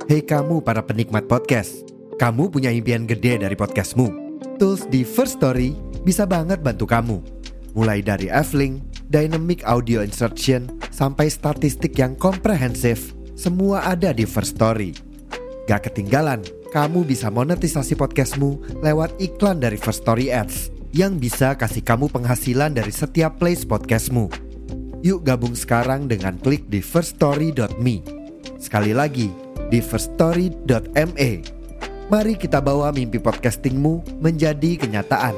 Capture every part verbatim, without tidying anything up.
Hei kamu para penikmat podcast, kamu punya impian gede dari podcastmu. Tools di First Story bisa banget bantu kamu. Mulai dari F-Link, Dynamic Audio Insertion, sampai statistik yang komprehensif, semua ada di First Story. Gak ketinggalan, kamu bisa monetisasi podcastmu lewat iklan dari First Story Ads yang bisa kasih kamu penghasilan dari setiap plays podcastmu. Yuk gabung sekarang dengan klik di first story dot me. Sekali lagi, di first story dot me. Mari kita bawa mimpi podcastingmu menjadi kenyataan.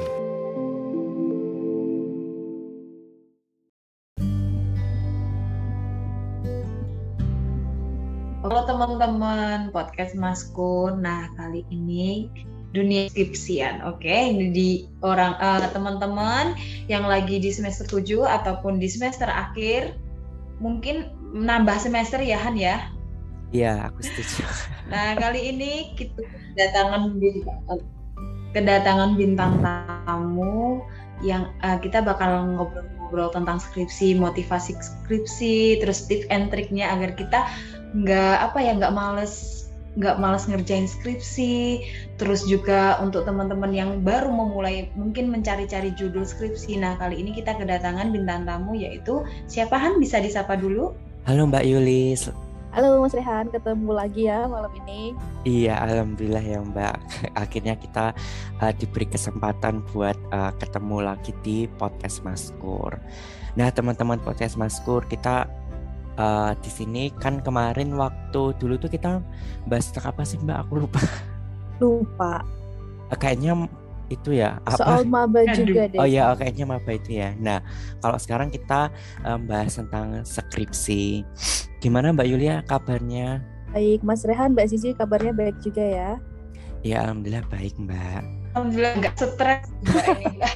Halo teman-teman podcast Maskur. Nah, kali ini dunia skripsian. Oke, ini di orang uh, teman-teman yang lagi di semester tujuh ataupun di semester akhir, mungkin menambah semester ya Han ya. Iya, aku setuju. Nah, kali ini kita kedatangan bintang, kedatangan bintang tamu yang uh, kita bakal ngobrol-ngobrol tentang skripsi, motivasi skripsi, terus tips and triknya agar kita nggak apa ya nggak males nggak males ngerjain skripsi. Terus juga untuk teman-teman yang baru memulai mungkin mencari-cari judul skripsi. Nah, kali ini kita kedatangan bintang tamu yaitu siapa Han? Bisa disapa dulu? Halo Mbak Yulis. Halo Mas Rehan, ketemu lagi ya malam ini. Iya, alhamdulillah ya Mbak. Akhirnya kita uh, diberi kesempatan buat uh, ketemu lagi di podcast Maskur. Nah, teman-teman podcast Maskur, kita uh, di sini kan kemarin waktu dulu tuh kita bahas tentang apa sih Mbak? Aku lupa. Lupa. Uh, kayaknya itu ya. Apa? Soal maba juga deh. Oh ya, kayaknya maba itu ya. Nah, kalau sekarang kita um, bahas tentang skripsi. Gimana Mbak Yulia kabarnya? Baik, Mas Rehan, Mbak Sisi kabarnya baik juga ya? Ya, alhamdulillah baik Mbak. Alhamdulillah nggak stres Mbak ini Mbak.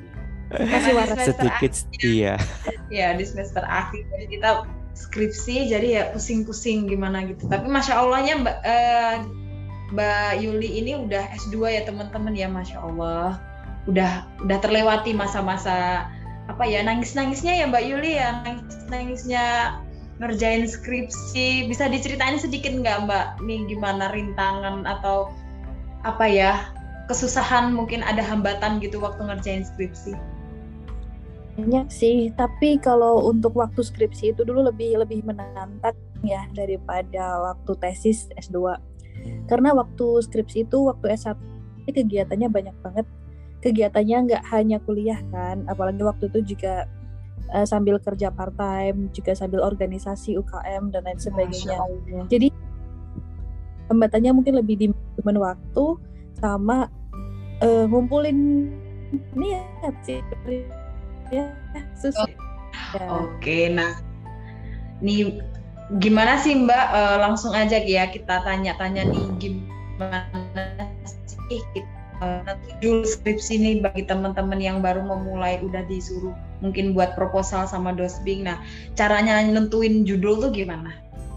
Masih waras sedikit, iya. Ya di semester akhir jadi kita skripsi jadi ya pusing-pusing gimana gitu. Tapi masya Allahnya Mbak eh, Mbak Yuli ini udah S dua ya teman-teman ya, masya Allah. Udah udah terlewati masa-masa apa ya nangis-nangisnya ya Mbak Yuli ya, nangis-nangisnya ngerjain skripsi. Bisa diceritain sedikit nggak Mbak nih gimana rintangan atau apa ya kesusahan, mungkin ada hambatan gitu waktu ngerjain skripsi? Banyak sih, tapi kalau untuk waktu skripsi itu dulu lebih lebih menantang ya daripada waktu tesis S dua. Karena waktu skripsi itu waktu S satu kegiatannya banyak banget. Kegiatannya nggak hanya kuliah kan, apalagi waktu itu juga Uh, sambil kerja part time, juga sambil organisasi U K M dan lain sebagainya. Jadi hambatannya mungkin lebih di manajemen waktu sama uh, ngumpulin niat sih ya susah. Oh, ya. Oke, nah nih gimana sih Mbak, uh, langsung aja ya kita tanya-tanya nih gimana sih uh, judul skripsi nih bagi teman-teman yang baru memulai, udah disuruh mungkin buat proposal sama dosbing. Nah, caranya nentuin judul tuh gimana?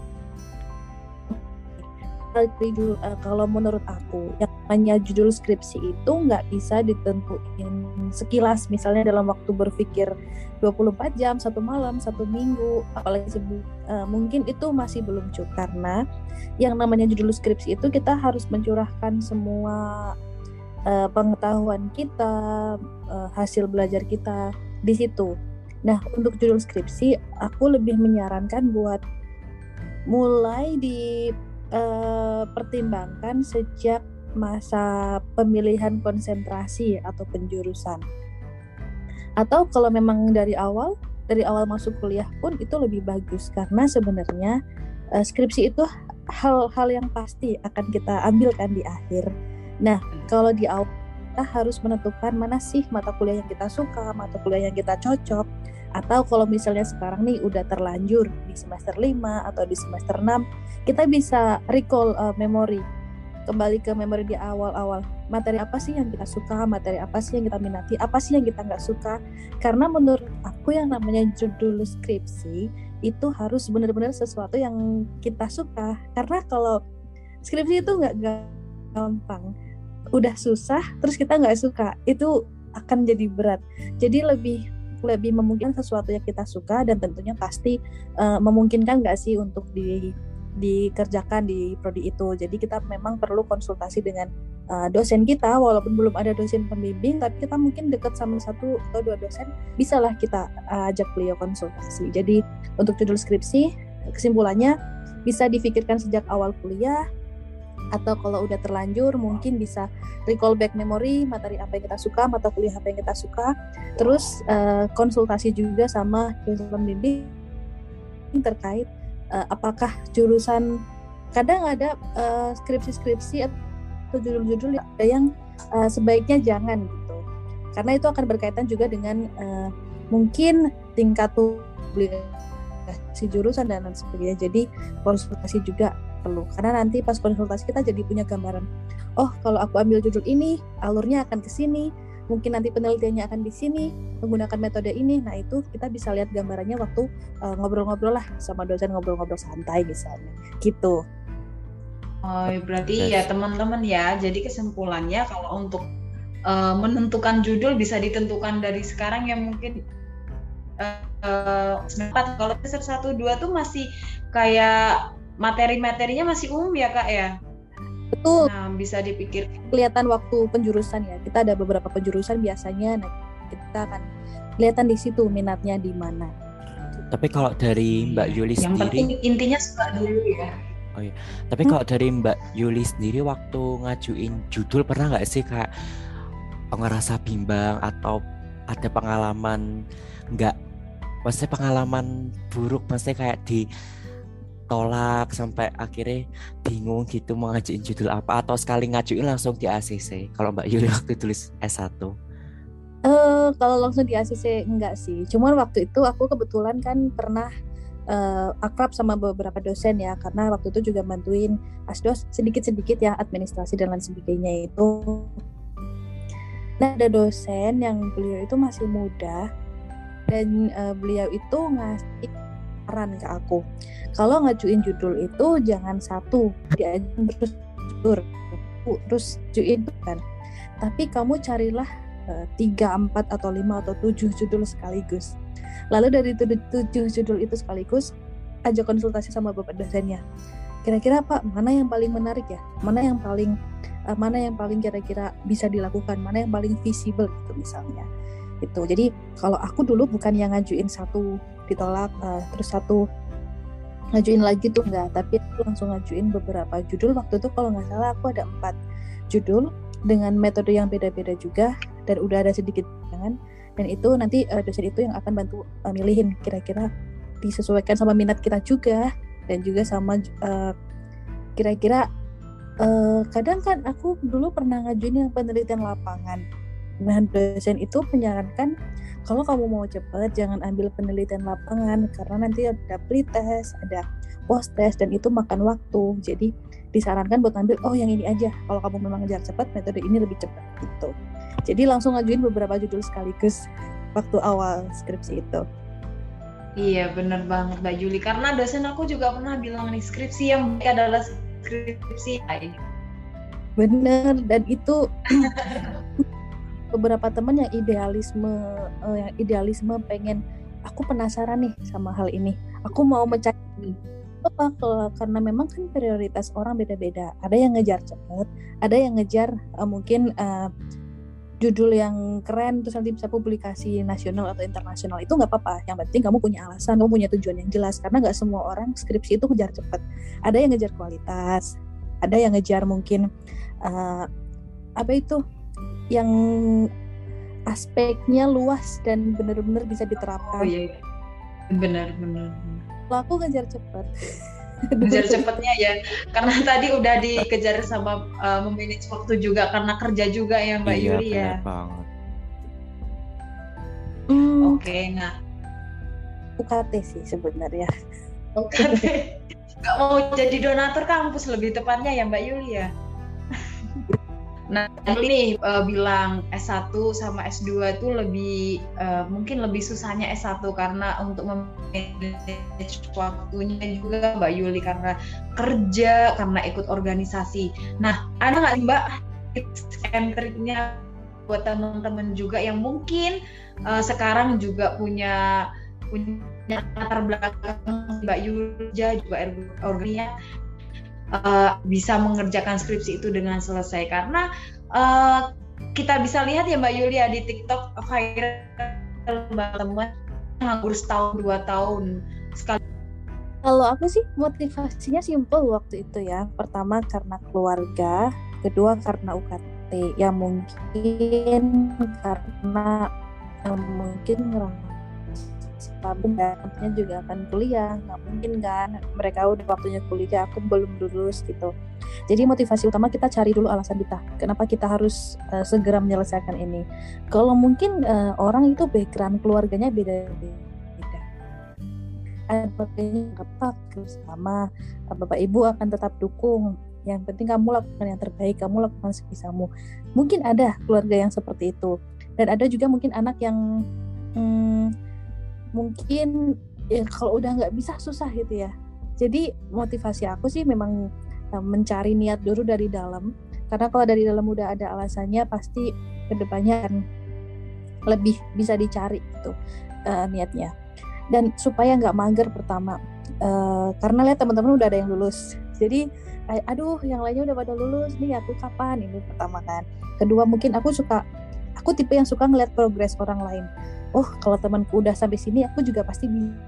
Judul, uh, kalau menurut aku, yang namanya judul skripsi itu nggak bisa ditentuin sekilas. Misalnya dalam waktu berpikir dua puluh empat jam, satu malam, satu minggu, apalagi sebu- uh, mungkin itu masih belum cukup. Karena yang namanya judul skripsi itu kita harus mencurahkan semua uh, pengetahuan kita, uh, hasil belajar kita di situ. Nah, untuk judul skripsi aku lebih menyarankan buat mulai dipertimbangkan uh, sejak masa pemilihan konsentrasi atau penjurusan. Atau kalau memang dari awal dari awal masuk kuliah pun itu lebih bagus, karena sebenarnya uh, skripsi itu hal-hal yang pasti akan kita ambilkan di akhir. Nah, kalau di awal kita harus menentukan mana sih mata kuliah yang kita suka, mata kuliah yang kita cocok. Atau kalau misalnya sekarang nih udah terlanjur di semester lima atau di semester enam, kita bisa recall uh, memori, kembali ke memori di awal-awal. Materi apa sih yang kita suka, materi apa sih yang kita minati, apa sih yang kita nggak suka. Karena menurut aku yang namanya judul skripsi itu harus benar-benar sesuatu yang kita suka. Karena kalau skripsi itu nggak gampang, udah susah terus kita nggak suka, itu akan jadi berat. Jadi lebih lebih memungkinkan sesuatu yang kita suka, dan tentunya pasti uh, memungkinkan nggak sih untuk di dikerjakan di prodi itu. Jadi kita memang perlu konsultasi dengan uh, dosen kita, walaupun belum ada dosen pembimbing, tapi kita mungkin dekat sama satu atau dua dosen, bisalah kita uh, ajak beliau konsultasi. Jadi untuk judul skripsi, kesimpulannya bisa difikirkan sejak awal kuliah, atau kalau udah terlanjur mungkin bisa recall back memory materi apa yang kita suka, mata kuliah apa yang kita suka, terus uh, konsultasi juga sama dosen pembimbing terkait uh, apakah jurusan, kadang ada uh, skripsi-skripsi atau judul-judul ada yang uh, sebaiknya jangan gitu, karena itu akan berkaitan juga dengan uh, mungkin tingkat publikasi jurusan dan lain sebagainya. Jadi konsultasi juga perlu, karena nanti pas konsultasi kita jadi punya gambaran, oh kalau aku ambil judul ini alurnya akan ke sini, mungkin nanti penelitiannya akan di sini menggunakan metode ini. Nah itu kita bisa lihat gambarannya waktu uh, ngobrol-ngobrol lah sama dosen, ngobrol-ngobrol santai misalnya gitu. Oh berarti ya teman-teman ya, jadi kesimpulannya kalau untuk uh, menentukan judul bisa ditentukan dari sekarang ya, mungkin uh, uh, sempat kalau semester satu dua tuh masih kayak materi-materinya masih umum ya Kak ya? Betul. Nah, bisa dipikir kelihatan waktu penjurusan ya. Kita ada beberapa penjurusan biasanya, nah kita akan kelihatan di situ minatnya di mana. Tapi kalau dari Mbak Yuli yang sendiri, penting intinya suka dulu ya. Oh iya. Tapi kalau dari Mbak Yuli sendiri waktu ngajuin judul pernah nggak sih kayak ngerasa bimbang atau ada pengalaman nggak, maksudnya pengalaman buruk, maksudnya kayak di tolak sampai akhirnya bingung gitu mau ngajuin judul apa, atau sekali ngajuin langsung di A C C kalau Mbak Yuli waktu tulis S satu? Uh, kalau langsung di A C C enggak sih, cuman waktu itu aku kebetulan kan pernah uh, akrab sama beberapa dosen ya, karena waktu itu juga bantuin asdos sedikit-sedikit ya, administrasi dan lain sebagainya itu. Nah ada dosen yang beliau itu masih muda dan uh, beliau itu ngasih saran ke aku, kalau ngajuin judul itu jangan satu diajuin terus terus juin kan, tapi kamu carilah uh, tiga, empat atau lima atau tujuh judul sekaligus. Lalu dari tujuh, tujuh judul itu sekaligus ajak konsultasi sama bapak dosennya. Kira-kira Pak, mana yang paling menarik ya? Mana yang paling uh, mana yang paling kira-kira bisa dilakukan? Mana yang paling visible gitu misalnya. Itu. Jadi kalau aku dulu bukan yang ngajuin satu ditolak uh, terus satu ngajuin lagi tuh enggak, tapi aku langsung ngajuin beberapa judul. Waktu itu kalau nggak salah aku ada empat judul dengan metode yang beda-beda juga, dan udah ada sedikit jangan, dan itu nanti uh, dosen itu yang akan bantu uh, milihin kira-kira disesuaikan sama minat kita juga, dan juga sama uh, kira-kira uh, kadang kan aku dulu pernah ngajuin yang penelitian lapangan. Nah dosen itu menyarankan kalau kamu mau cepat jangan ambil penelitian lapangan karena nanti ada pretest, ada post test dan itu makan waktu. Jadi disarankan buat ambil oh yang ini aja. Kalau kamu memang ngejar cepat, metode ini lebih cepat gitu. Jadi langsung ngajuin beberapa judul sekaligus waktu awal skripsi itu. Iya benar banget Mbak Yuli, karena dosen aku juga pernah bilang nih skripsi yang baik adalah skripsi. Bener, dan itu beberapa teman yang idealisme uh, yang idealisme pengen, aku penasaran nih sama hal ini, aku mau mencari apa, karena memang kan prioritas orang beda-beda, ada yang ngejar cepat, ada yang ngejar uh, mungkin uh, judul yang keren terus nanti bisa publikasi nasional atau internasional. Itu nggak apa-apa, yang penting kamu punya alasan, kamu punya tujuan yang jelas, karena nggak semua orang skripsi itu ngejar cepat, ada yang ngejar kualitas, ada yang ngejar mungkin uh, apa itu yang aspeknya luas dan benar-benar bisa diterapkan. Oh iya, benar-benar. Kalau aku ngejar cepat. Ngejar cepatnya ya, karena tadi udah dikejar sama uh, memanage waktu juga karena kerja juga ya Mbak iya, Yuli ya. Iya banget. Hmm, Oke, okay, nah U K T sih sebenarnya. U K T nggak mau jadi donatur kampus lebih tepatnya ya Mbak Yuli ya. Nah, ini uh, bilang S satu sama S dua itu lebih uh, mungkin lebih susahnya S satu karena untuk memanage waktunya juga Mbak Yuli, karena kerja, karena ikut organisasi. Nah, ada nggak Mbak tips and triknya buat teman-teman juga yang mungkin uh, sekarang juga punya punya latar belakang Mbak Yulja juga organinya uh, bisa mengerjakan skripsi itu dengan selesai, karena uh, kita bisa lihat ya Mbak Yulia di TikTok viral teman-teman nganggur setahun dua tahun sekali. Kalau aku sih motivasinya simple waktu itu ya. Pertama karena keluarga, kedua karena U K T. Ya mungkin karena ya mungkin ngerasa nantinya juga akan kuliah, nggak mungkin kan mereka udah waktunya kuliah, aku belum lulus gitu. Jadi motivasi utama kita cari dulu alasan kita, kenapa kita harus uh, segera menyelesaikan ini. Kalau mungkin uh, orang itu background keluarganya beda-beda, ada apa sama bapak ibu akan tetap dukung. Yang penting kamu lakukan yang terbaik, kamu lakukan sebisamu. Mungkin ada keluarga yang seperti itu, dan ada juga mungkin anak yang hmm, mungkin ya kalau udah nggak bisa susah gitu ya. Jadi motivasi aku sih memang uh, mencari niat dulu dari dalam, karena kalau dari dalam udah ada alasannya pasti kedepannya akan lebih bisa dicari gitu uh, niatnya. Dan supaya nggak mager pertama, uh, karena lihat teman-teman udah ada yang lulus, jadi aduh yang lainnya udah pada lulus nih, aku kapan? Ini pertama kan. Kedua mungkin aku suka aku tipe yang suka ngeliat progres orang lain. Oh kalau temanku udah sampai sini, aku juga pasti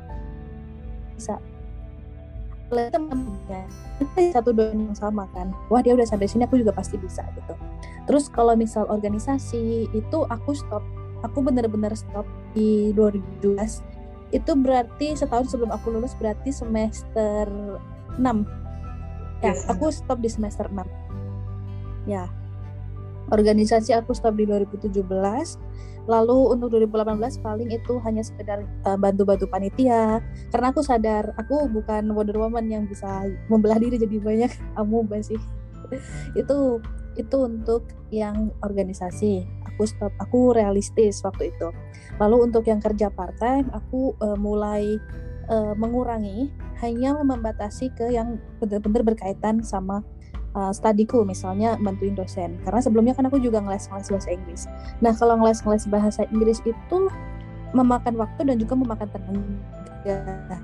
bisa. Lihat temannya satu dosen yang sama kan, wah dia udah sampai sini, aku juga pasti bisa gitu. Terus kalau misal organisasi itu aku stop, aku bener-bener stop di dua ribu dua belas. Itu berarti setahun sebelum aku lulus, berarti semester enam. Ya, yes. Aku stop di semester enam. Ya. Organisasi aku stop di dua ribu tujuh belas. Lalu untuk dua ribu delapan belas paling itu hanya sekedar uh, bantu-bantu panitia, karena aku sadar aku bukan Wonder Woman yang bisa membelah diri jadi banyak amuba sih. itu itu untuk yang organisasi aku stop, aku realistis waktu itu. Lalu untuk yang kerja part time aku uh, mulai uh, mengurangi, hanya membatasi ke yang benar-benar berkaitan sama Uh, studiku, misalnya bantuin dosen, karena sebelumnya kan aku juga ngeles-ngeles bahasa Inggris. Nah kalau ngeles-ngeles bahasa Inggris itu memakan waktu dan juga memakan tenaga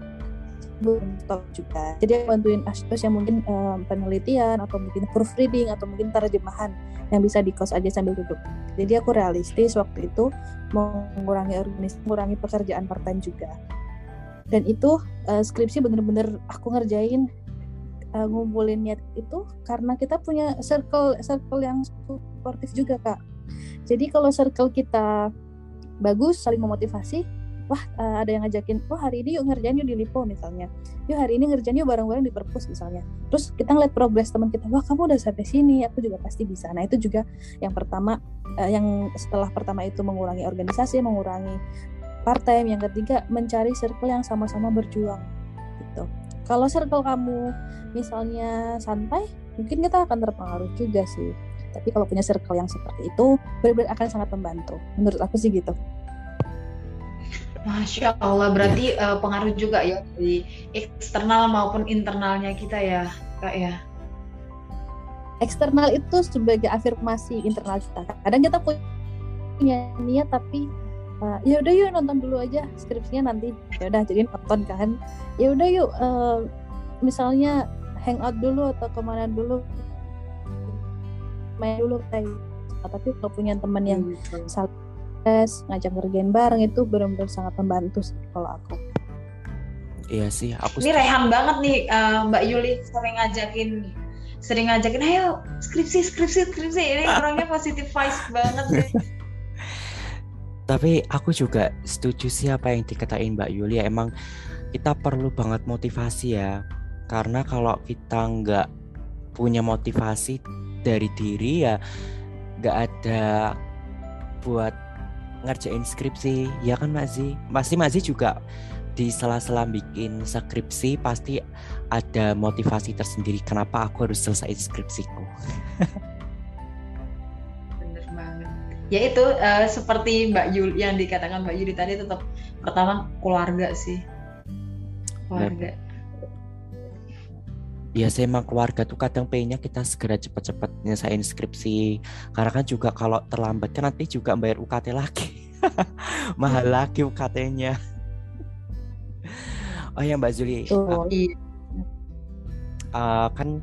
stop juga. Jadi bantuin astos yang mungkin uh, penelitian atau mungkin proofreading atau mungkin terjemahan yang bisa di kos aja sambil duduk. Jadi aku realistis waktu itu mengurangi organisasi, mengurangi pekerjaan part time juga. Dan itu uh, skripsi bener-bener aku ngerjain Uh, ngumpulin niat itu karena kita punya circle circle yang suportif juga Kak. Jadi kalau circle kita bagus, saling memotivasi, wah uh, ada yang ngajakin, wah hari ini yuk ngerjain yuk di Lipo misalnya, yuk hari ini ngerjain yuk bareng-bareng di Perpus misalnya. Terus kita ngeliat progres teman kita, wah kamu udah sampai sini, aku juga pasti bisa. Nah itu juga yang pertama, uh, yang setelah pertama itu mengurangi organisasi, mengurangi part time. Yang ketiga mencari circle yang sama-sama berjuang gitu. Kalau circle kamu misalnya santai, mungkin kita akan terpengaruh juga sih. Tapi kalau punya circle yang seperti itu, benar-benar akan sangat membantu. Menurut aku sih gitu. Masya Allah, berarti uh, pengaruh juga ya di eksternal maupun internalnya kita ya, Kak ya. Eksternal itu sebagai afirmasi internal kita. Kadang kita punya niat tapi Uh, ya udah yuk nonton dulu aja skripsinya nanti. Ya udah jadi nonton kan. Ya udah yuk uh, misalnya hangout dulu atau kemana dulu, main dulu kayak. Nah, tapi kalau punya teman yang hmm. saling ngajak ngerjain bareng itu benar-benar sangat membantu sih kalau aku. Iya sih, aku. Ini rehan banget nih uh, Mbak Yuli sering ngajakin, sering ngajakin, ayo skripsi skripsi skripsi. Ini orangnya positive vibes banget nih. Tapi aku juga setuju sih apa yang dikatain Mbak Yulia. Emang kita perlu banget motivasi ya. Karena kalau kita nggak punya motivasi dari diri ya nggak ada buat ngerjain skripsi. Ya kan Mbak Zi? Pasti Mbak Zi juga di sela-sela bikin skripsi pasti ada motivasi tersendiri. Kenapa aku harus selesai skripsiku. Ya itu uh, seperti Mbak Yuli yang dikatakan Mbak Yuli tadi, tetap pertama keluarga sih, keluarga. Ya sih emang keluarga tuh kadang pengennya kita segera cepat-cepat nyelesain skripsi, karena kan juga kalau terlambat kan nanti juga bayar U K T lagi, mahal lagi U K T-nya. Oh ya Mbak Zuli, Tuh. uh, Iya. uh, kan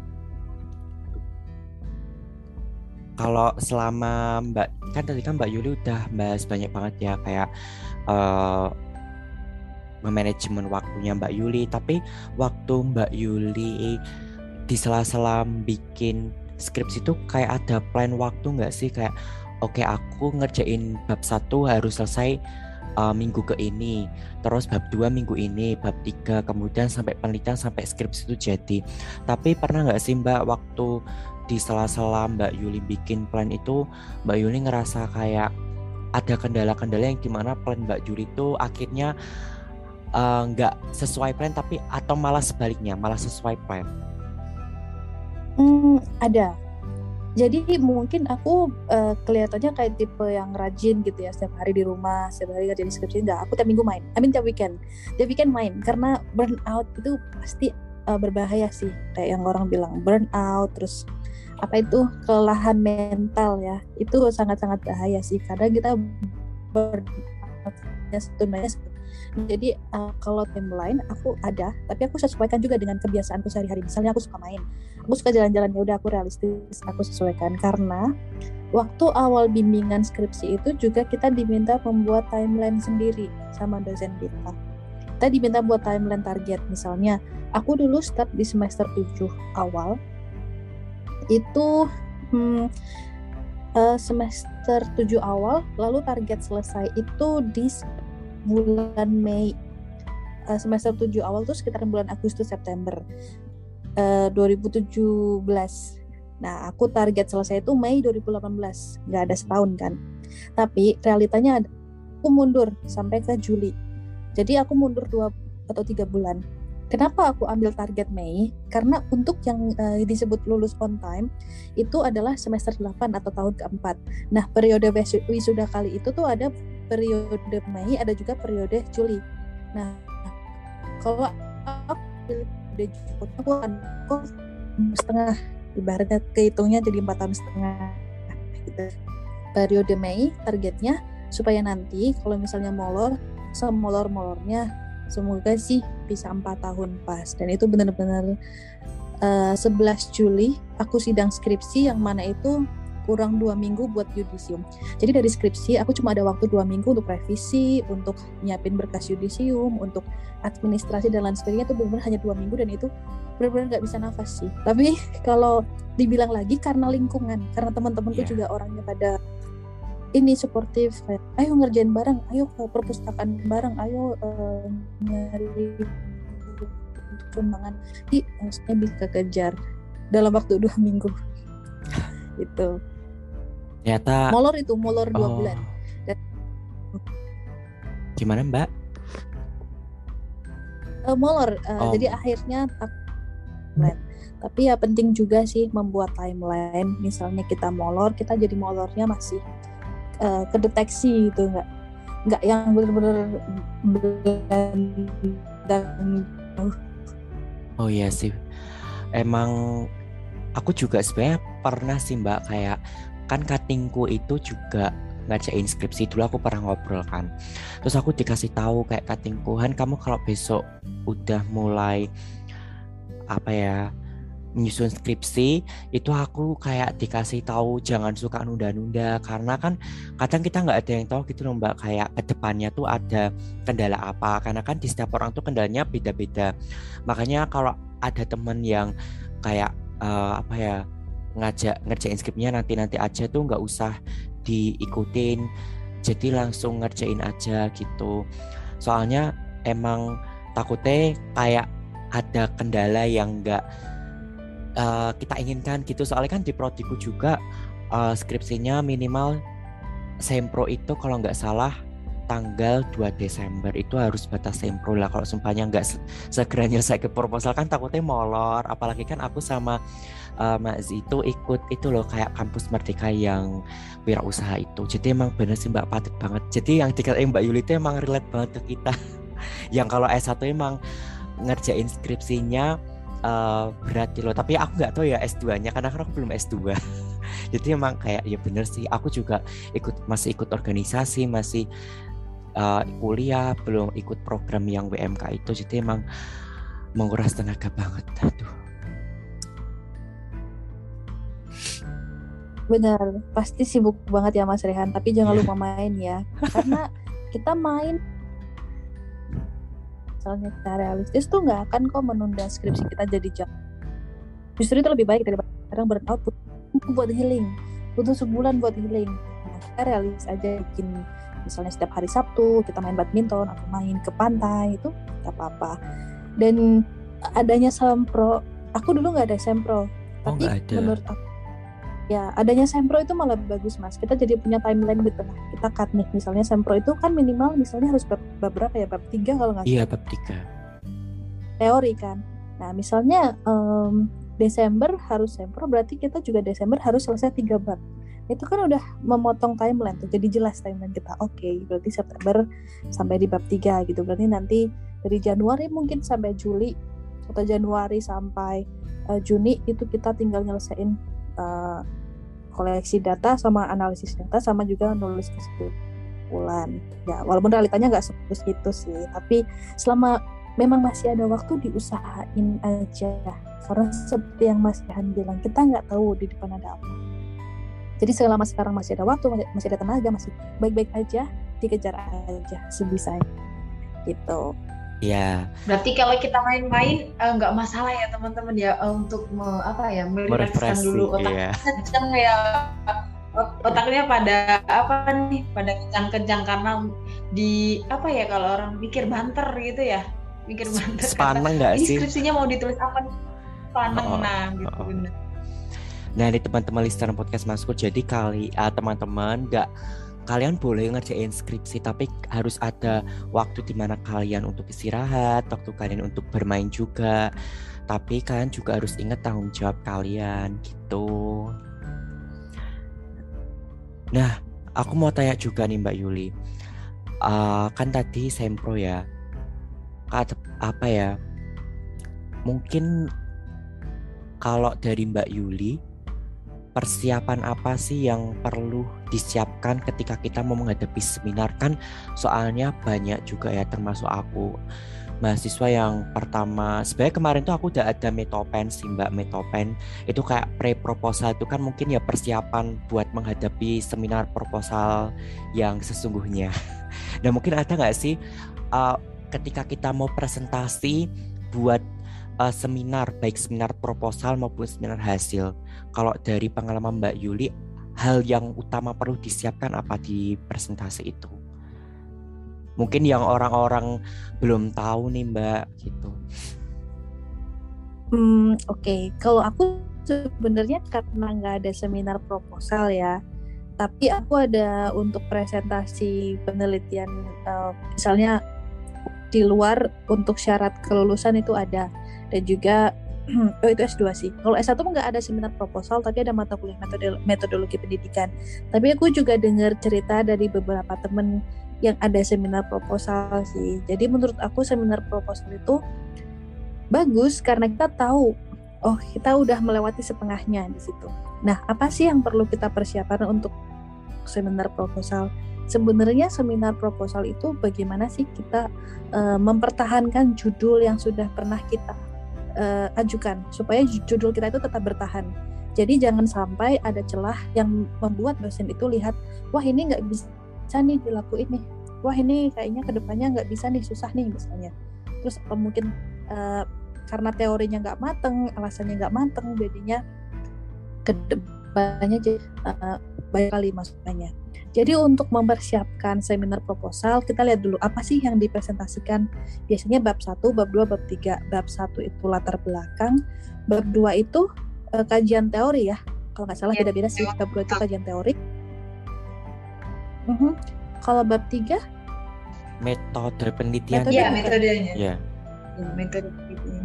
kalau selama Mbak, kan tadi kan Mbak Yuli udah bahas banyak banget ya kayak uh, manajemen waktunya Mbak Yuli. Tapi waktu Mbak Yuli di sela-sela bikin skripsi itu kayak ada plan waktu nggak sih? Kayak oke okay, aku ngerjain bab satu harus selesai uh, minggu ke ini, terus bab dua minggu ini, bab tiga, kemudian sampai penelitian sampai skripsi itu jadi. Tapi pernah nggak sih Mbak waktu di sela-sela Mbak Yuli bikin plan itu, Mbak Yuli ngerasa kayak ada kendala-kendala yang dimana plan Mbak Yuli itu akhirnya nggak uh, sesuai plan, tapi atau malah sebaliknya, malah sesuai plan? Hmm, ada. Jadi mungkin aku uh, kelihatannya kayak tipe yang rajin gitu ya, setiap hari di rumah, setiap hari kerjain skripsi. Enggak, aku tiap minggu main. I mean tiap weekend. Tiap weekend main, karena burn out itu pasti uh, berbahaya sih. Kayak yang orang bilang burn out, terus apa itu kelelahan mental ya, itu sangat-sangat bahaya sih, karena kita burn out sebenarnya. Jadi uh, kalau timeline aku ada, tapi aku sesuaikan juga dengan kebiasaanku sehari-hari. Misalnya aku suka main, aku suka jalan-jalan, ya udah aku realistis, aku sesuaikan. Karena waktu awal bimbingan skripsi itu juga kita diminta membuat timeline sendiri sama dosen kita. Kita diminta buat timeline target. Misalnya aku dulu start di semester tujuh awal, itu hmm, uh, semester tujuh awal, lalu target selesai itu di bulan Mei. Uh, semester tujuh awal tuh sekitar bulan Agustus September uh, dua ribu tujuh belas. Nah, aku target selesai itu Mei dua ribu delapan belas, nggak ada setahun kan. Tapi realitanya aku mundur sampai ke Juli. Jadi aku mundur dua atau tiga bulan. Kenapa aku ambil target Mei? Karena untuk yang uh, disebut lulus on time itu adalah semester delapan atau tahun keempat. Nah, periode wisuda kali itu tuh ada periode Mei, ada juga periode Juli. Nah, kalau aku periode Juli, aku akan setengah, ibaratnya kehitungnya jadi empat tahun setengah. Gitu. Periode Mei targetnya supaya nanti kalau misalnya molor, semolor-molornya semoga sih bisa empat tahun pas. Dan itu benar-benar uh, sebelas Juli aku sidang skripsi, yang mana itu kurang dua minggu buat yudisium. Jadi dari skripsi aku cuma ada waktu dua minggu untuk revisi, untuk nyiapin berkas yudisium, untuk administrasi dan lain sebagainya. Itu benar-benar hanya dua minggu, dan itu benar-benar nggak bisa nafas sih. Tapi kalau dibilang lagi karena lingkungan, karena teman-temanku yeah. juga orangnya pada ini suportif, kayak ayo ngerjain bareng, ayo ke perpustakaan bareng, ayo uh, nyari sumbangan, di harusnya bisa kejar dalam waktu dua minggu. Itu ternyata molor itu molor dua oh. bulan. Dan, gimana Mbak? Uh, molor, uh, oh. jadi akhirnya timeline. Tapi ya penting juga sih membuat timeline. Misalnya kita molor, kita jadi molornya masih uh, kedeteksi gitu, nggak nggak yang benar-benar dan oh iya sih, emang aku juga sebenarnya pernah sih Mbak, kayak kan katingku itu juga ngajain skripsi. Dulu aku pernah ngobrol kan, terus aku dikasih tahu kayak katingku, Han kamu kalau besok udah mulai apa ya menyusun skripsi itu, aku kayak dikasih tahu jangan suka nunda-nunda, karena kan kadang kita nggak ada yang tahu gitu loh Mbak, kayak kedepannya tuh ada kendala apa, karena kan di setiap orang tuh kendalanya beda-beda. Makanya kalau ada teman yang kayak uh, apa ya ngajak ngerjain skripnya nanti-nanti aja tuh nggak usah diikutin, jadi langsung ngerjain aja gitu. Soalnya emang takutnya kayak ada kendala yang nggak uh, kita inginkan gitu. Soalnya kan di prodiku juga uh, skripsinya minimal sempro itu kalau nggak salah tanggal dua Desember itu harus batas sempro lah. Kalau sumpahnya nggak segera nyelesai ke proposal kan takutnya molor. Apalagi kan aku sama uh, Mbak Z itu ikut itu loh kayak kampus merdeka yang wirausaha itu. Jadi emang bener sih Mbak, padat banget. Jadi yang dikatain Mbak Yuli itu emang relate banget ke kita. Yang kalau S satu emang ngerjain skripsinya uh, berat loh. Tapi aku nggak tahu ya S dua-nya karena kan aku belum S dua. Jadi emang kayak ya bener sih. Aku juga ikut masih ikut organisasi, masih uh, kuliah, belum ikut program yang W M K itu, jadi emang menguras tenaga banget. Aduh. Benar, pasti sibuk banget ya Mas Rehan, tapi jangan Iya. lupa main ya. Karena kita main misalnya kita realistis tuh nggak akan kok menunda skripsi kita jadi jam. Justru itu lebih baik daripada sekarang burnout, butuh buat healing, butuh sebulan buat healing. Nah, kita realis aja bikin misalnya setiap hari Sabtu kita main badminton atau main ke pantai, itu nggak apa-apa. Dan adanya sempro, aku dulu nggak ada sempro, Oh, tapi nggak ada. menurut aku ya adanya sempro itu malah bagus Mas. Kita jadi punya timeline gitu. Nah, kita cut nih misalnya sempro itu kan minimal misalnya harus bab, bab berapa ya, bab tiga kalau nggak Iya, salah bab tiga. teori kan. Nah misalnya em, Desember harus sempro, berarti kita juga Desember harus selesai tiga bab. Itu kan udah memotong timeline tuh, jadi jelas timeline kita. Oke, berarti September sampai di bab tiga gitu. Berarti nanti dari Januari mungkin sampai Juli atau Januari sampai uh, Juni itu kita tinggal nyelesain uh, koleksi data sama analisis data sama juga nulis kesimpulan. Ya, walaupun realitanya nggak seperti itu sih, tapi selama memang masih ada waktu diusahain aja. Karena seperti yang Mas Rehan bilang, kita nggak tahu di depan ada apa. Jadi selama sekarang masih ada waktu, masih ada tenaga, masih baik-baik aja, dikejar aja sebisanya. Gitu. Iya. Berarti kalau kita main-main eh, nggak masalah ya teman-teman ya, eh, untuk me, apa ya merilekskan Merefreshing, dulu otak iya. kencang ya, ot- otaknya pada apa nih, pada kencang-kencang karena di apa ya, kalau orang mikir banter gitu ya, mikir banter Sepaneng nggak ini sih? skripsinya mau ditulis apa nih, paneng. Oh, Nah gitu oh, oh. bener. Nah, ini teman-teman listener podcast Maskur, jadi kali uh, teman-teman nggak, kalian boleh ngerjain skripsi, tapi harus ada waktu di mana kalian untuk istirahat, waktu kalian untuk bermain juga. Tapi kalian juga harus ingat tanggung jawab kalian gitu. Nah, aku mau tanya juga nih Mbak Yuli. Uh, kan tadi sempro ya. Kata apa ya? Mungkin kalau dari Mbak Yuli, persiapan apa sih yang perlu disiapkan ketika kita mau menghadapi seminar? Kan soalnya banyak juga ya, termasuk aku, mahasiswa yang pertama. Sebenarnya kemarin tuh aku udah ada metopen sih Mbak, metopen itu kayak pre-proposal, itu kan mungkin ya persiapan buat menghadapi seminar proposal yang sesungguhnya. Nah mungkin ada nggak sih uh, ketika kita mau presentasi buat uh, seminar, baik seminar proposal maupun seminar hasil, kalau dari pengalaman Mbak Yuli, hal yang utama perlu disiapkan apa di presentasi itu? Mungkin yang orang-orang belum tahu nih Mbak gitu. Hmm, oke. Okay. Kalau aku sebenarnya karena nggak ada seminar proposal ya, tapi aku ada untuk presentasi penelitian, uh, misalnya di luar untuk syarat kelulusan itu ada, dan juga oh itu S dua sih. Kalau S satu nggak ada seminar proposal, tapi ada mata kuliah metode, metodologi pendidikan. Tapi aku juga dengar cerita dari beberapa temen yang ada seminar proposal sih. Jadi menurut aku seminar proposal itu bagus karena kita tahu, oh kita udah melewati setengahnya di situ. Nah, apa sih yang perlu kita persiapkan untuk seminar proposal? Sebenarnya seminar proposal itu bagaimana sih kita uh, mempertahankan judul yang sudah pernah kita uh, ajukan supaya judul kita itu tetap bertahan. Jadi jangan sampai ada celah yang membuat dosen itu lihat, wah ini nggak bisa nih dilakuin nih, wah ini kayaknya kedepannya nggak bisa nih, susah nih misalnya. Terus atau mungkin uh, karena teorinya nggak mateng, alasannya nggak mateng, jadinya kedepannya uh, banyak kali masukannya. Jadi untuk mempersiapkan seminar proposal, kita lihat dulu apa sih yang dipresentasikan. Biasanya bab satu, bab dua, bab tiga. Bab satu itu latar belakang, bab dua itu uh, kajian teori ya. Kalau nggak salah Ya, beda-beda sih, bab dua itu kajian teori. Uh-huh. Kalau bab tiga Metode penelitian. Metode Iya, bukan? metodenya. Ya. Ya, metode penelitian.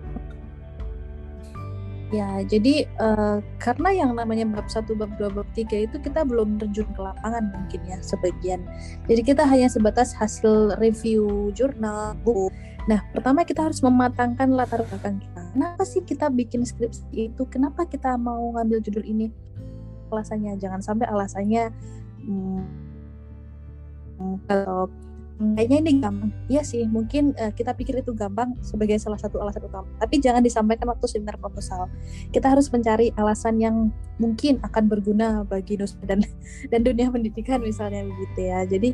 Ya, jadi uh, karena yang namanya bab satu, bab dua, bab tiga itu kita belum terjun ke lapangan mungkin ya sebagian. Jadi kita hanya sebatas hasil review jurnal, buku. Nah, pertama kita harus mematangkan latar belakang kita. Kenapa sih kita bikin skripsi itu? Kenapa kita mau ngambil judul ini? Alasannya, jangan sampai alasannya hmm, atau kayaknya ini gampang. Iya sih, mungkin uh, kita pikir itu gampang sebagai salah satu alasan utama. Tapi jangan disampaikan waktu seminar proposal. Kita harus mencari alasan yang mungkin akan berguna bagi nusa dan dan dunia pendidikan misalnya begitu ya. Jadi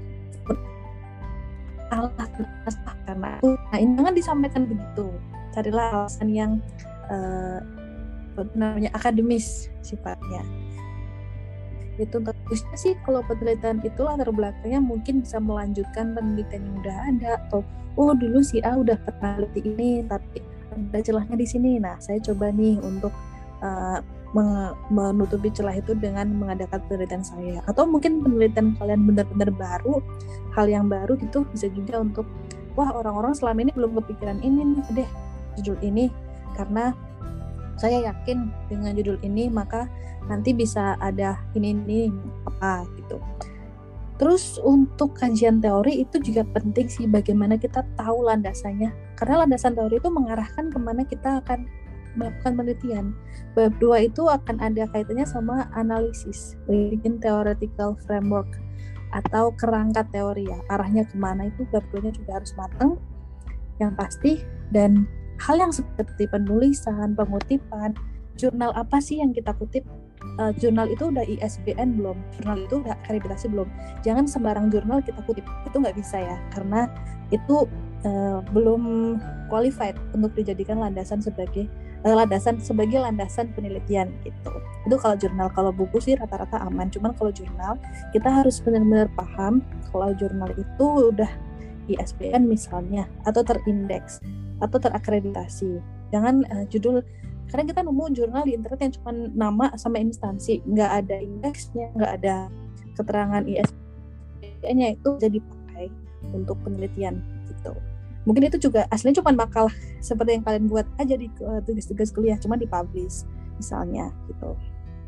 alasan karena itu, nah ini jangan disampaikan begitu. Carilah alasan yang uh, namanya akademis sifatnya. Itu bagusnya sih kalau penelitian itu latar belakangnya mungkin bisa melanjutkan penelitian yang udah ada, atau oh dulu si A udah pernah teliti ini tapi ada celahnya di sini, nah saya coba nih untuk uh, meng- menutupi celah itu dengan mengadakan penelitian saya. Atau mungkin penelitian kalian benar-benar baru, hal yang baru gitu, bisa juga untuk wah orang-orang selama ini belum kepikiran ini nih deh judul ini, karena saya yakin dengan judul ini maka nanti bisa ada ini ini apa gitu. Terus untuk kajian teori itu juga penting sih, bagaimana kita tahu landasannya, karena landasan teori itu mengarahkan kemana kita akan melakukan penelitian. Bab dua itu akan ada kaitannya sama analisis, bikin theoretical framework atau kerangka teori ya, arahnya kemana itu bab dua nya juga harus matang yang pasti. Dan hal yang seperti penulisan, pengutipan, jurnal apa sih yang kita kutip, uh, jurnal itu udah I S B N belum, jurnal itu udah akreditasi belum, jangan sembarang jurnal kita kutip, itu nggak bisa ya, karena itu uh, belum qualified untuk dijadikan landasan sebagai uh, landasan sebagai landasan penelitian gitu. Itu kalau jurnal. Kalau buku sih rata-rata aman, cuman kalau jurnal kita harus benar-benar paham kalau jurnal itu udah I S B N misalnya, atau terindeks atau terakreditasi. Jangan uh, judul, karena kita nemu jurnal di internet yang cuma nama sama instansi, nggak ada indeksnya, nggak ada keterangan I S B N-nya, itu jadi pakai untuk penelitian gitu. Mungkin itu juga aslinya cuma makalah seperti yang kalian buat aja di uh, tugas-tugas kuliah, cuma dipublish misalnya gitu.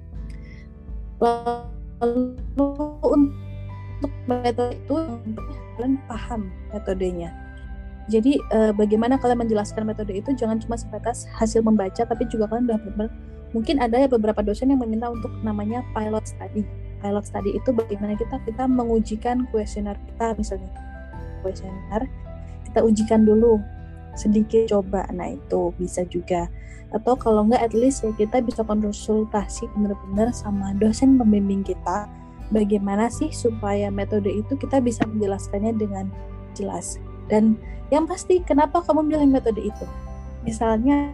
Lalu untuk metode itu kalian paham metodenya. Jadi eh, bagaimana kalian menjelaskan metode itu, jangan cuma sebatas hasil membaca, tapi juga kalian udah benar, mungkin ada ya beberapa dosen yang meminta untuk namanya pilot study. Pilot study itu bagaimana kita kita mengujikan kuesioner kita, misalnya kuesioner kita ujikan dulu sedikit coba, nah itu bisa juga. Atau kalau enggak at least ya kita bisa konsultasi benar-benar sama dosen pembimbing kita, bagaimana sih supaya metode itu kita bisa menjelaskannya dengan jelas. Dan yang pasti, kenapa kamu milih metode itu? Misalnya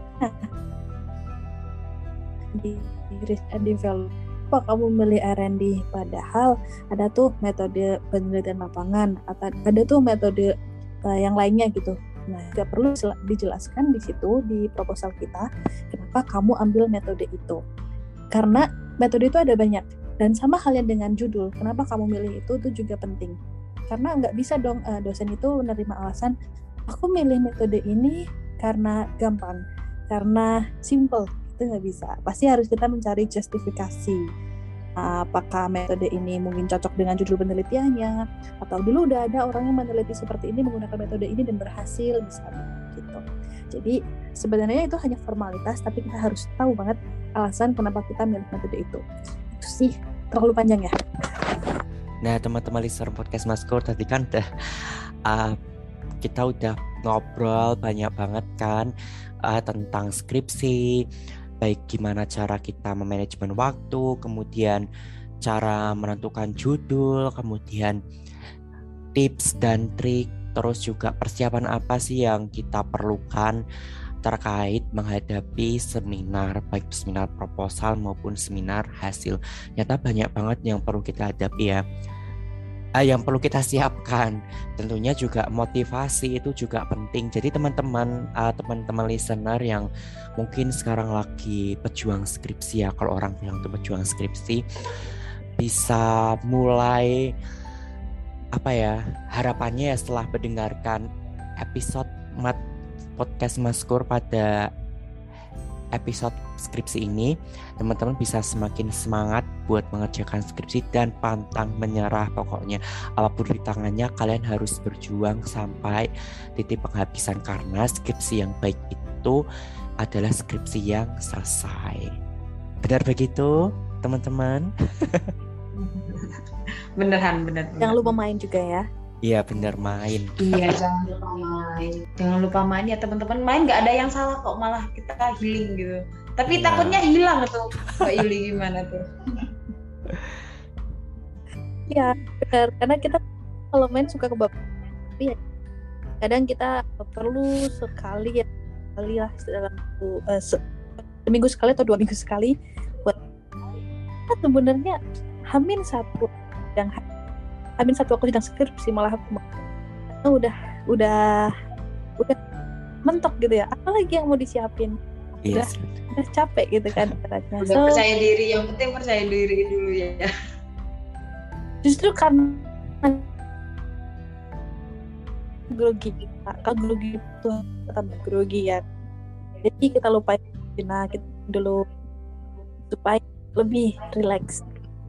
di research and development, apa kamu milih R and D? Padahal ada tuh metode penelitian lapangan, atau ada tuh metode uh, yang lainnya gitu. Nah, juga perlu dijelaskan di situ di proposal kita, kenapa kamu ambil metode itu. Karena metode itu ada banyak. Dan sama halnya dengan judul, kenapa kamu milih itu, itu juga penting. Karena nggak bisa dong uh, dosen itu menerima alasan, aku milih metode ini karena gampang, karena simple, itu nggak bisa. Pasti harus kita mencari justifikasi. Uh, apakah metode ini mungkin cocok dengan judul penelitiannya, atau dulu udah ada orang yang meneliti seperti ini menggunakan metode ini dan berhasil, misalnya gitu. Jadi sebenarnya itu hanya formalitas, tapi kita harus tahu banget alasan kenapa kita milih metode itu. Itu sih terlalu panjang ya. Nah, teman-teman listener podcast Maskur, tadi kan udah uh, kita udah ngobrol banyak banget kan uh, tentang skripsi, baik gimana cara kita memanajemen waktu, kemudian cara menentukan judul, kemudian tips dan trik, terus juga persiapan apa sih yang kita perlukan terkait menghadapi seminar, baik seminar proposal maupun seminar hasil. Nyata banyak banget yang perlu kita hadapi ya, ah, yang perlu kita siapkan. Tentunya juga motivasi itu juga penting. Jadi teman-teman, uh, teman-teman listener yang mungkin sekarang lagi pejuang skripsi ya, kalau orang bilang itu pejuang skripsi, bisa mulai apa ya, harapannya ya setelah mendengarkan episode mat podcast Maskur pada episode skripsi ini, teman-teman bisa semakin semangat buat mengerjakan skripsi dan pantang menyerah. Pokoknya apapun rintangannya, kalian harus berjuang sampai titik penghabisan, karena skripsi yang baik itu adalah skripsi yang selesai. Benar begitu, teman-teman? Beneran, bener. Jangan lupa main juga ya. Iya bener, main. Iya, jangan lupa main. Jangan lupa main ya teman-teman. Main nggak ada yang salah kok, malah kita healing gitu. Tapi Iya. takutnya hilang tuh. Mbak Yuli gimana tuh? Iya, benar. Karena kita kalau main suka kebab. Tapi ya, kadang kita perlu sekali ya, sekali lah dalam uh, se- seminggu sekali atau dua minggu sekali buat kita sebenarnya hamin satu yang hamin satu aku sedang skripsi malah aku udah udah udah mentok gitu ya. Apalagi yang mau disiapin? Iya. Udah, udah capek gitu kan. Udah percaya diri, yang penting percaya diri dulu ya. Justru karena grogi, kalau grogi itu tambah grogi ya. Jadi kita lupain nah kita dulu supaya lebih rileks.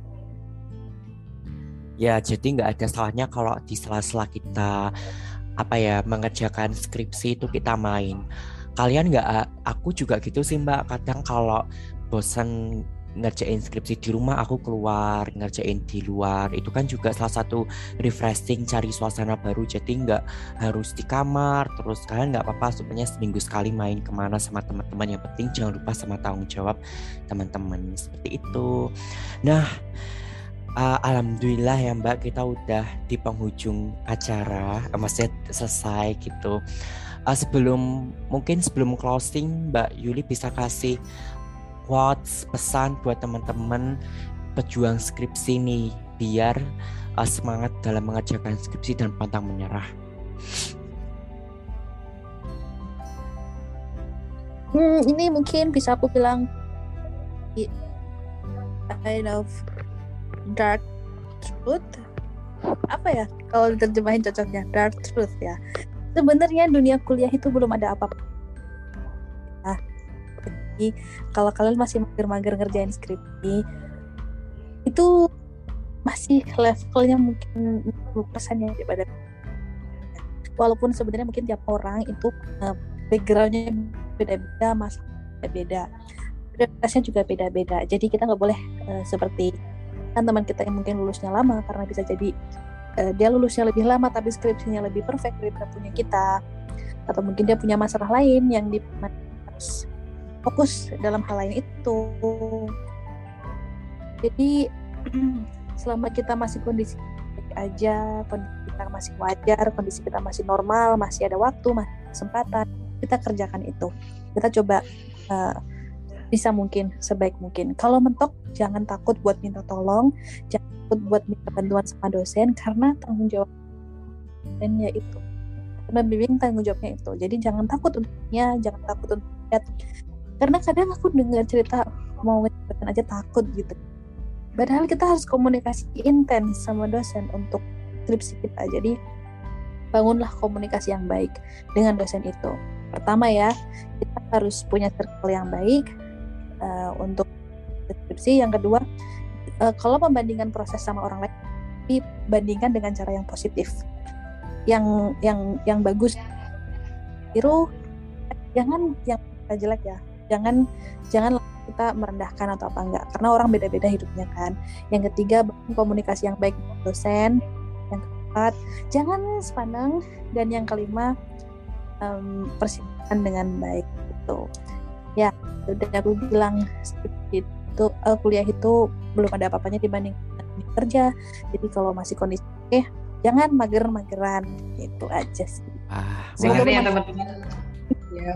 Ya, jadi nggak ada salahnya kalau di sela-sela kita apa ya mengerjakan skripsi itu kita main. Kalian nggak? Aku juga gitu sih Mbak. Kadang kalau bosan ngerjain skripsi di rumah, aku keluar ngerjain di luar. Itu kan juga salah satu refreshing, cari suasana baru. Jadi nggak harus di kamar terus. Kalian nggak apa-apa sebenarnya seminggu sekali main kemana sama teman-teman. Yang penting jangan lupa sama tanggung jawab teman-teman, seperti itu. Nah, uh, alhamdulillah ya Mbak, kita udah di penghujung acara, uh, maksudnya selesai gitu. Uh, sebelum mungkin sebelum closing, Mbak Yuli bisa kasih quotes, pesan buat teman-teman pejuang skripsi nih biar uh, semangat dalam mengerjakan skripsi dan pantang menyerah. Hmm, ini mungkin bisa aku bilang kind of dark truth. Apa ya kalau diterjemahin cocoknya? Dark truth ya. Sebenarnya dunia kuliah itu belum ada apa-apa. Nah, jadi kalau kalian masih mager-mager ngerjain skripsi, itu masih levelnya mungkin enam puluh persen ya daripada. Walaupun sebenarnya mungkin tiap orang itu uh, backgroundnya beda-beda, masalahnya beda, prioritasnya juga beda-beda. Jadi kita nggak boleh uh, seperti kan teman kita yang mungkin lulusnya lama, karena bisa jadi uh, dia lulusnya lebih lama tapi skripsinya lebih perfect daripada punya kita, atau mungkin dia punya masalah lain yang di harus fokus dalam hal lain itu. Jadi selama kita masih kondisi aja, kondisi kita masih wajar, kondisi kita masih normal, masih ada waktu, masih ada kesempatan, kita kerjakan itu. Kita coba uh, bisa mungkin sebaik mungkin. Kalau mentok, jangan takut buat minta tolong, jangan takut buat minta bantuan sama dosen, karena tanggung jawab dosennya itu, pembimbing tanggung jawabnya itu. Jadi jangan takut untuknya, jangan takut untuk lihat. Karena kadang aku dengar cerita mau ngejelasin aja takut gitu. Padahal kita harus komunikasi intens sama dosen untuk skripsi kita. Jadi bangunlah komunikasi yang baik dengan dosen itu. Pertama ya, kita harus punya circle yang baik uh, untuk skripsi. Yang kedua, uh, kalau membandingkan proses sama orang lain, dibandingkan dengan cara yang positif, yang yang yang bagus. Tiru, jangan yang jelek ya. Jangan jangan kita merendahkan atau apa enggak, karena orang beda-beda hidupnya kan. Yang ketiga, komunikasi yang baik dengan dosen. Yang keempat, jangan sepandang. Dan yang kelima, um, persiapkan dengan baik gitu. Ya, udah aku bilang itu uh, kuliah itu belum ada apa-apanya dibanding kerja. Jadi kalau masih kondisi eh jangan mager-mageran, itu aja sih. Ah, Dengar wah, ya teman-teman. Ya.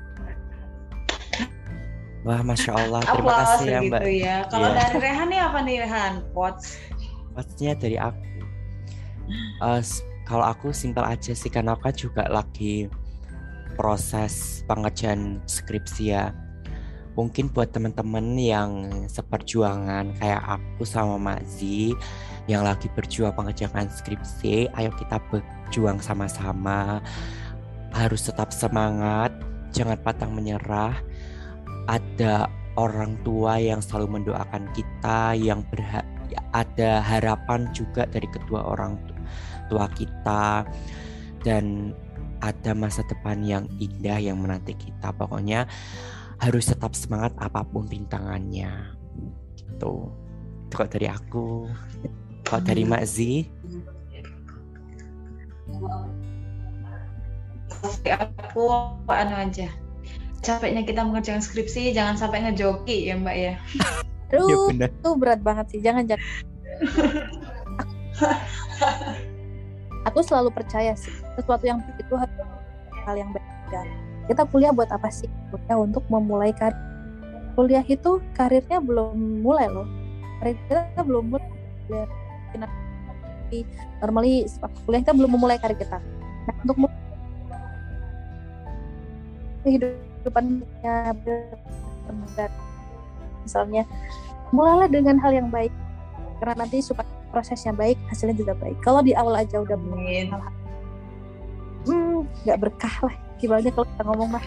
wah, masya Allah, terima Aplaus kasih ya gitu Mbak. ya. Kalau Iya. dari Rehan nih apa nih Rehan? Quotes. Maksudnya dari aku, uh, s- kalau aku simpel aja sih, karena aku kan juga lagi proses pengerjaan skripsi ya. Mungkin buat teman-teman yang seperjuangan kayak aku sama Mazi yang lagi berjuang pengerjaan skripsi, ayo kita berjuang sama-sama. Harus tetap semangat, jangan pantang menyerah. Ada orang tua yang selalu mendoakan kita, yang berha- ada harapan juga dari kedua orang tua kita, dan ada masa depan yang indah yang menanti kita. Pokoknya harus tetap semangat apapun rintangannya gitu. Itu kok dari aku. Kalau dari Mak Zi? Aku anu aja. Capeknya kita mengerjakan skripsi, jangan sampai ngejoki ya Mbak ya. Aduh, Ya, benar. itu berat banget sih. Jangan jangan. Aku selalu percaya sih, sesuatu yang baik itu harus hal yang baik. Kita kuliah buat apa sih? Kuliah untuk memulai karir. Kuliah itu karirnya belum mulai loh. Karir kita belum mulai. Normally kuliah kita belum memulai karir kita. Nah, untuk mulai kehidupannya benar, misalnya mulailah dengan hal yang baik, karena nanti supaya prosesnya baik, hasilnya juga baik. Kalau di awal aja udah Amin. hal-hal hmm nggak berkah lah, gimana kalau kita ngomong mah.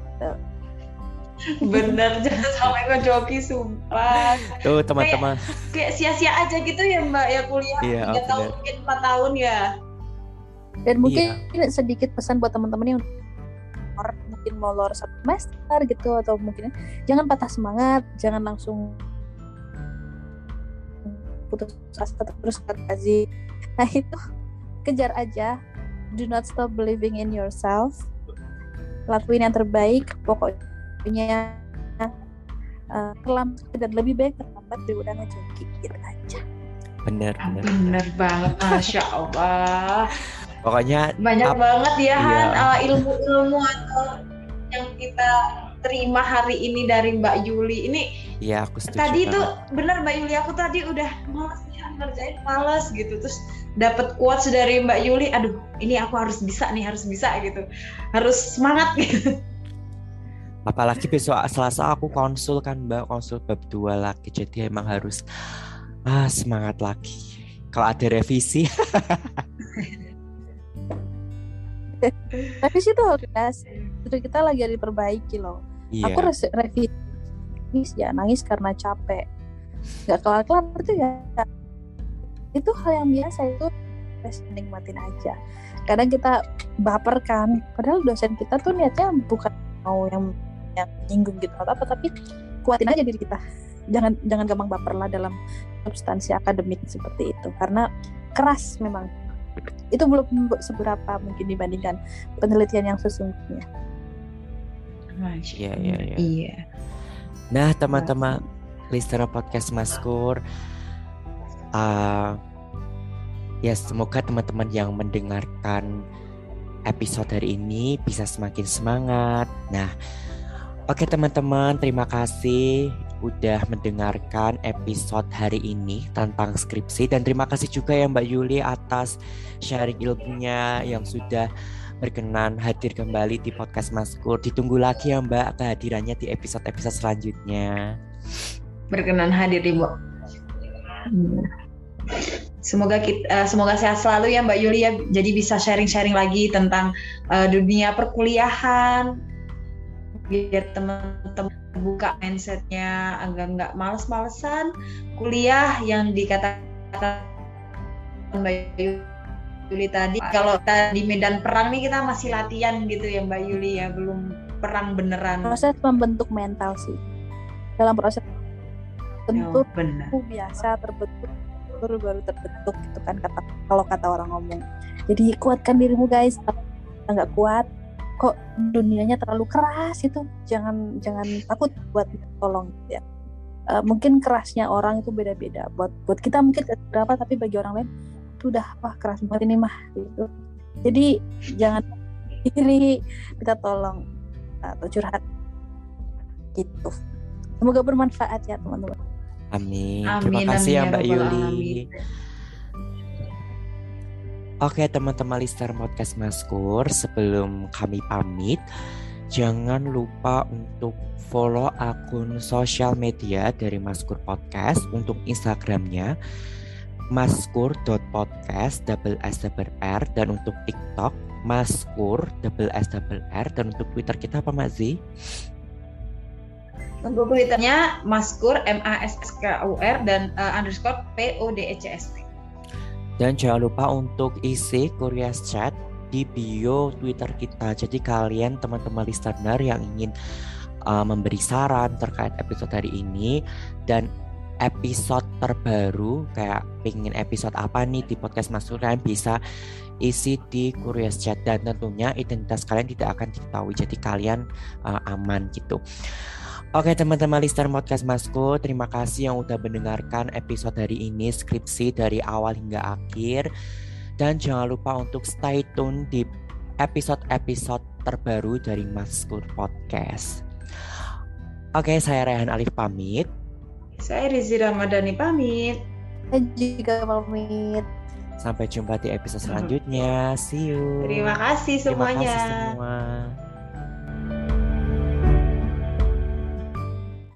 Bener, jangan sampai ngejoki sumpah. Tuh teman-teman. Kayak sia-sia aja gitu ya Mbak ya kuliah Iya, tiga tahun bener. mungkin empat tahun ya. Dan mungkin sedikit pesan buat teman-teman yang mungkin mau lulus satu semester gitu, atau mungkin jangan patah semangat, jangan langsung putus asa terus kasih. Nah itu kejar aja, do not stop believing in yourself, lakuin yang terbaik, pokoknya uh, terlambat dan lebih baik terlambat daripada ngejoki, gitu aja. Bener, bener. Bener banget, Masya Allah. Pokoknya Banyak ap- banget ya Han iya. uh, ilmu-ilmu atau yang kita terima hari ini dari Mbak Yuli. Ini ya aku setuju tadi banget. tuh benar Mbak Yuli, aku tadi udah malas ya ngerjain, malas gitu, terus dapat quotes dari Mbak Yuli, aduh ini aku harus bisa nih, harus bisa gitu, harus semangat gitu. Apalagi besok Selasa aku konsul kan Mbak, konsul bab dua lagi, jadi emang harus ah semangat lagi. Kalau ada revisi. Revisi itu harus, terus kita lagi ada diperbaiki loh. Iya. Aku res- revisi ya nangis karena capek, nggak kelar-kelar itu ya, itu hal yang biasa, itu harus nikmatin aja. Kadang kita baper kan, padahal dosen kita tuh niatnya bukan mau yang yang nyinggung gitu atau apa, tapi kuatin aja diri kita. Jangan jangan gampang baper lah dalam substansi akademik seperti itu, karena keras memang. Itu belum seberapa mungkin dibandingkan penelitian yang sesungguhnya. Iya, iya, iya. Iya. Nah, teman-teman listener podcast Maskur, uh, ya semoga teman-teman yang mendengarkan episode hari ini bisa semakin semangat. Nah, oke teman-teman, terima kasih udah mendengarkan episode hari ini tentang skripsi, dan terima kasih juga ya Mbak Yuli atas sharing ilmunya yang sudah berkenan hadir kembali di podcast Maskur. Ditunggu lagi ya Mbak kehadirannya di episode-episode selanjutnya. Berkenan hadir Ibu. Semoga kita, uh, semoga sehat selalu ya Mbak Yuli ya. Jadi bisa sharing-sharing lagi tentang uh, dunia perkuliahan, biar teman-teman buka mindsetnya agar nggak males-malesan kuliah yang dikatakan Mbak Yuli tadi. Kalau di medan perang nih kita masih latihan gitu ya Mbak Yuli ya, belum perang beneran. Proses membentuk mental sih, dalam proses bentuk Oh, benar. biasa terbentuk baru-baru terbentuk gitu kan, kata kalau kata orang ngomong. Jadi kuatkan dirimu guys, kalau nggak kuat kok dunianya terlalu keras itu, jangan jangan takut buat tolong ya. Uh, mungkin kerasnya orang itu beda-beda, buat buat kita mungkin berapa, tapi bagi orang lain itu udah wah keras banget ini mah gitu. Jadi jangan diri kita tolong atau curhat gitu. Semoga bermanfaat ya teman-teman. Amin. Amin, Terima kasih amin, ya ya Mbak Rabbal Yuli. Alamin. Oke teman-teman listener podcast Maskur, sebelum kami pamit, jangan lupa untuk follow akun sosial media dari Maskur Podcast. Untuk Instagramnya maskur dot podcast double s double r, dan untuk TikTok maskur double s double r, dan untuk Twitter kita apa Mak Zi? Untuk Twitternya Maskur M A S S K U R dan uh, underscore P O D E C S T. Dan jangan lupa untuk isi Curious Chat di bio Twitter kita. Jadi kalian teman-teman listener yang ingin uh, memberi saran terkait episode hari ini dan episode terbaru, kayak pengen episode apa nih di podcast Maskur, kalian bisa isi di Curious Chat, dan tentunya identitas kalian tidak akan diketahui, jadi kalian uh, aman gitu. Oke teman-teman listener podcast Maskur, terima kasih yang udah mendengarkan episode hari ini, skripsi dari awal hingga akhir. Dan jangan lupa untuk stay tune di episode-episode terbaru dari Maskur Podcast. Oke, saya Rehan Alif pamit. Saya Rizi Ramadhani pamit. Saya juga pamit. Sampai jumpa di episode selanjutnya. See you. Terima kasih Terima semuanya. kasih semua.